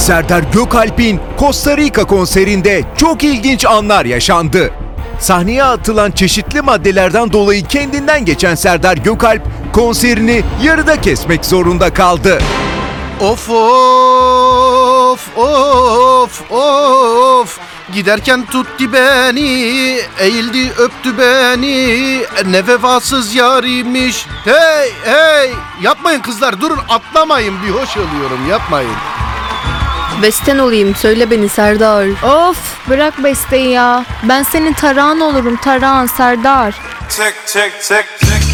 Serdar Gökalp'in Costa Rica konserinde çok ilginç anlar yaşandı. Sahneye atılan çeşitli maddelerden dolayı kendinden geçen Serdar Gökalp konserini yarıda kesmek zorunda kaldı. Of of of of. Giderken tuttu beni, eğildi öptü beni, ne vefasız yarıymış. Hey hey, yapmayın kızlar, durun, atlamayın, bir hoş oluyorum, yapmayın. Besten olayım, söyle beni Serdar. Of, bırak besteyi ya. Ben senin tarağın olurum, tarağın Serdar. Check.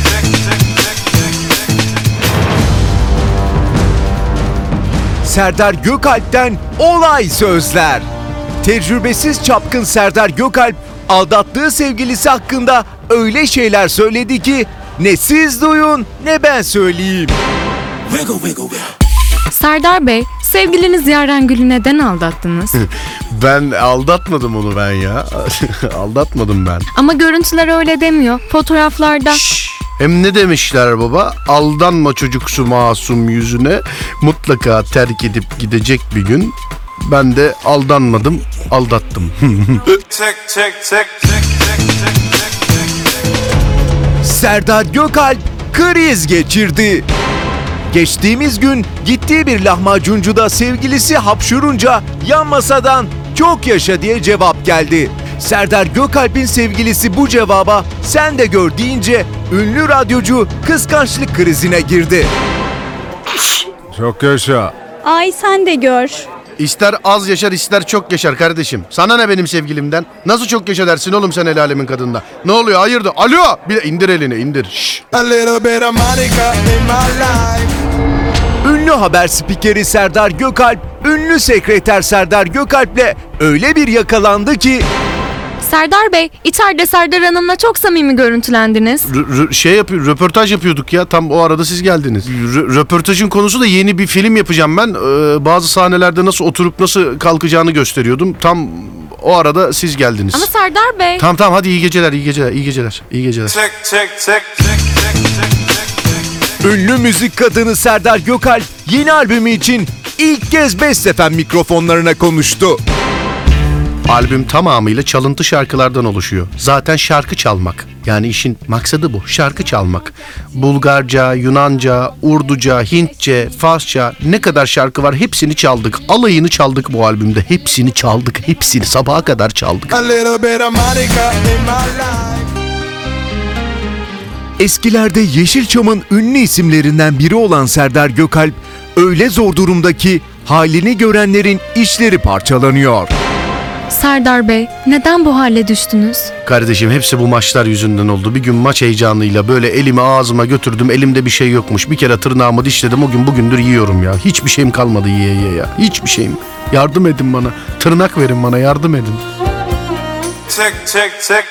Serdar Gökalp'ten olay sözler. Tecrübesiz çapkın Serdar Gökalp aldattığı sevgilisi hakkında öyle şeyler söyledi ki ne siz duyun ne ben söyleyeyim. Serdar Bey, sevgiliniz Yaren Gül'ü neden aldattınız? Ben aldatmadım onu ben ya. Aldatmadım ben. Ama görüntüler öyle demiyor. Fotoğraflarda... Hem ne demişler baba? Aldanma çocuksu masum yüzüne, mutlaka terk edip gidecek bir gün. Ben de aldanmadım, aldattım. Check. Serdar Gökalp kriz geçirdi. Geçtiğimiz gün gittiği bir lahmacuncuda sevgilisi hapşurunca yan masadan "çok yaşa" diye cevap geldi. Serdar Gökalp'in sevgilisi bu cevaba "sen de gör" deyince ünlü radyocu kıskançlık krizine girdi. Çok yaşa. Ay sen de gör. İster az yaşar ister çok yaşar kardeşim. Sana ne benim sevgilimden? Nasıl çok yaşa dersin oğlum sen el alemin kadında? Ne oluyor, hayırdır? Alo! Bir de indir elini, indir. Şşş. Ünlü haber spikeri Serdar Gökalp, ünlü sekreter Serdar Gökalp'le öyle bir yakalandı ki... Serdar Bey, içeride Serdar Hanım'la çok samimi görüntülendiniz. Röportaj yapıyorduk ya. Tam o arada siz geldiniz. Röportajın konusu da yeni bir film yapacağım ben. Bazı sahnelerde nasıl oturup nasıl kalkacağını gösteriyordum. Tam o arada siz geldiniz. Ama Serdar Bey... Tamam hadi iyi geceler. Check. Ünlü müzik kadını Serdar Gökalp yeni albümü için ilk kez Best FM mikrofonlarına konuştu. Albüm tamamıyla çalıntı şarkılardan oluşuyor. Zaten şarkı çalmak. Yani işin maksadı bu. Şarkı çalmak. Bulgarca, Yunanca, Urduca, Hintçe, Farsça ne kadar şarkı var hepsini çaldık. Alayını çaldık bu albümde. Hepsini çaldık. Hepsini sabaha kadar çaldık. Eskilerde Yeşilçam'ın ünlü isimlerinden biri olan Serdar Gökalp öyle zor durumdaki halini görenlerin işleri parçalanıyor. Serdar Bey, neden bu hale düştünüz? Kardeşim hepsi bu maçlar yüzünden oldu. Bir gün maç heyecanıyla böyle elimi ağzıma götürdüm. Elimde bir şey yokmuş. Bir kere tırnağımı dişledim. O gün bugündür yiyorum ya. Hiçbir şeyim kalmadı ye ya. Hiçbir şeyim. Yardım edin bana. Tırnak verin bana, yardım edin. Check.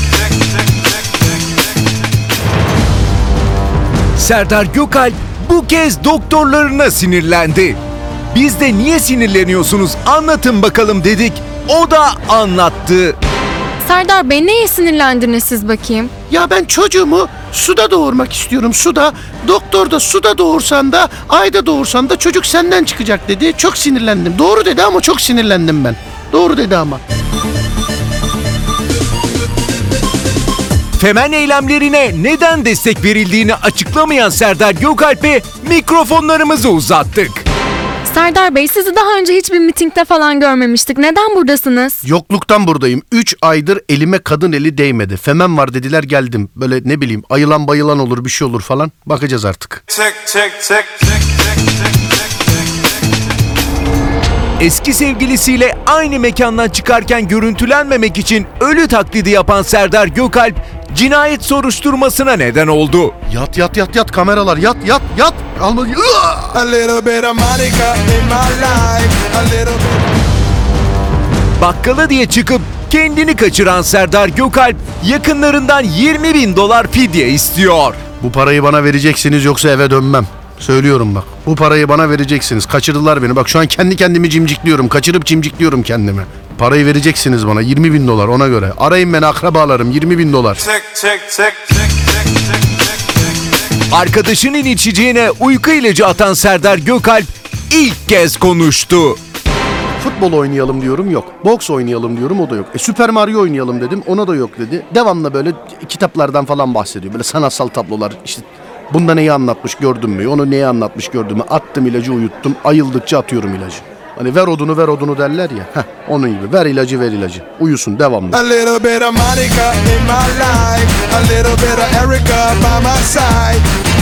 Serdar Gökalp bu kez doktorlarına sinirlendi. Biz de niye sinirleniyorsunuz anlatın bakalım dedik. O da anlattı. Serdar Bey, neye sinirlendiniz siz bakayım? Ya ben çocuğumu suda doğurmak istiyorum, suda. Doktor da suda doğursan da ayda doğursan da çocuk senden çıkacak dedi. Çok sinirlendim. Doğru dedi ama çok sinirlendim ben. Doğru dedi ama. Femen eylemlerine neden destek verildiğini açıklamayan Serdar Gökalp'e mikrofonlarımızı uzattık. Serdar Bey, sizi daha önce hiçbir mitingde falan görmemiştik. Neden buradasınız? Yokluktan buradayım. 3 aydır elime kadın eli değmedi. Femen var dediler, geldim. Böyle ne bileyim ayılan bayılan olur, bir şey olur falan. Bakacağız artık. Check. Eski sevgilisiyle aynı mekandan çıkarken görüntülenmemek için ölü taklidi yapan Serdar Gökalp cinayet soruşturmasına neden oldu. Yat kameralar, yat. Alma. Bakkala diye çıkıp kendini kaçıran Serdar Gökalp yakınlarından $20.000 fidye istiyor. Bu parayı bana vereceksiniz yoksa eve dönmem. Söylüyorum bak. Bu parayı bana vereceksiniz. Kaçırdılar beni. Bak şu an kendi kendimi cimcikliyorum. Kaçırıp cimcikliyorum kendimi. Parayı vereceksiniz bana. $20.000 ona göre. Arayın beni, akrabalarım. $20.000. Check. Arkadaşının içeceğine uyku ilacı atan Serdar Gökalp ilk kez konuştu. Futbol oynayalım diyorum, yok. Boks oynayalım diyorum, o da yok. Süper Mario oynayalım dedim, ona da yok dedi. Devamlı böyle kitaplardan falan bahsediyor. Böyle sanatsal tablolar, işte bunda neyi anlatmış gördün mü? Onu neyi anlatmış gördün mü? Attım ilacı, uyuttum. Ayıldıkça atıyorum ilacı. Hani ver odunu derler ya. Heh, onun gibi. Ver ilacı. Uyusun devamlı. A little bit of Monica in my life, a little bit of Erica by my side.